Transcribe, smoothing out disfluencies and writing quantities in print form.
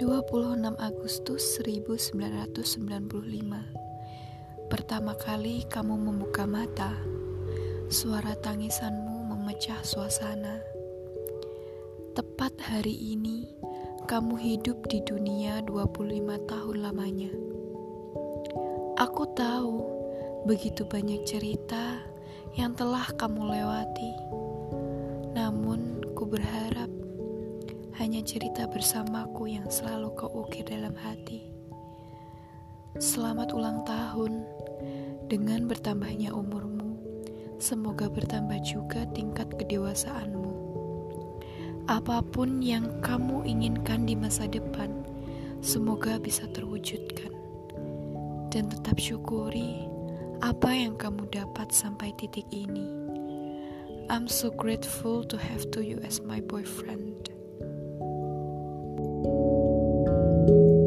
26 Agustus 1995. Pertama kali kamu membuka mata, suara tangisanmu memecah suasana. Tepat hari ini, kamu hidup di dunia 25 tahun lamanya. Aku tahu begitu banyak cerita yang telah kamu lewati. Namun, ku berharap hanya cerita bersamaku yang selalu kau ukir dalam hati. Selamat ulang tahun. Dengan bertambahnya umurmu, semoga bertambah juga tingkat kedewasaanmu. Apapun yang kamu inginkan di masa depan, semoga bisa terwujudkan. Dan tetap syukuri apa yang kamu dapat sampai titik ini. I'm so grateful to have you as my boyfriend.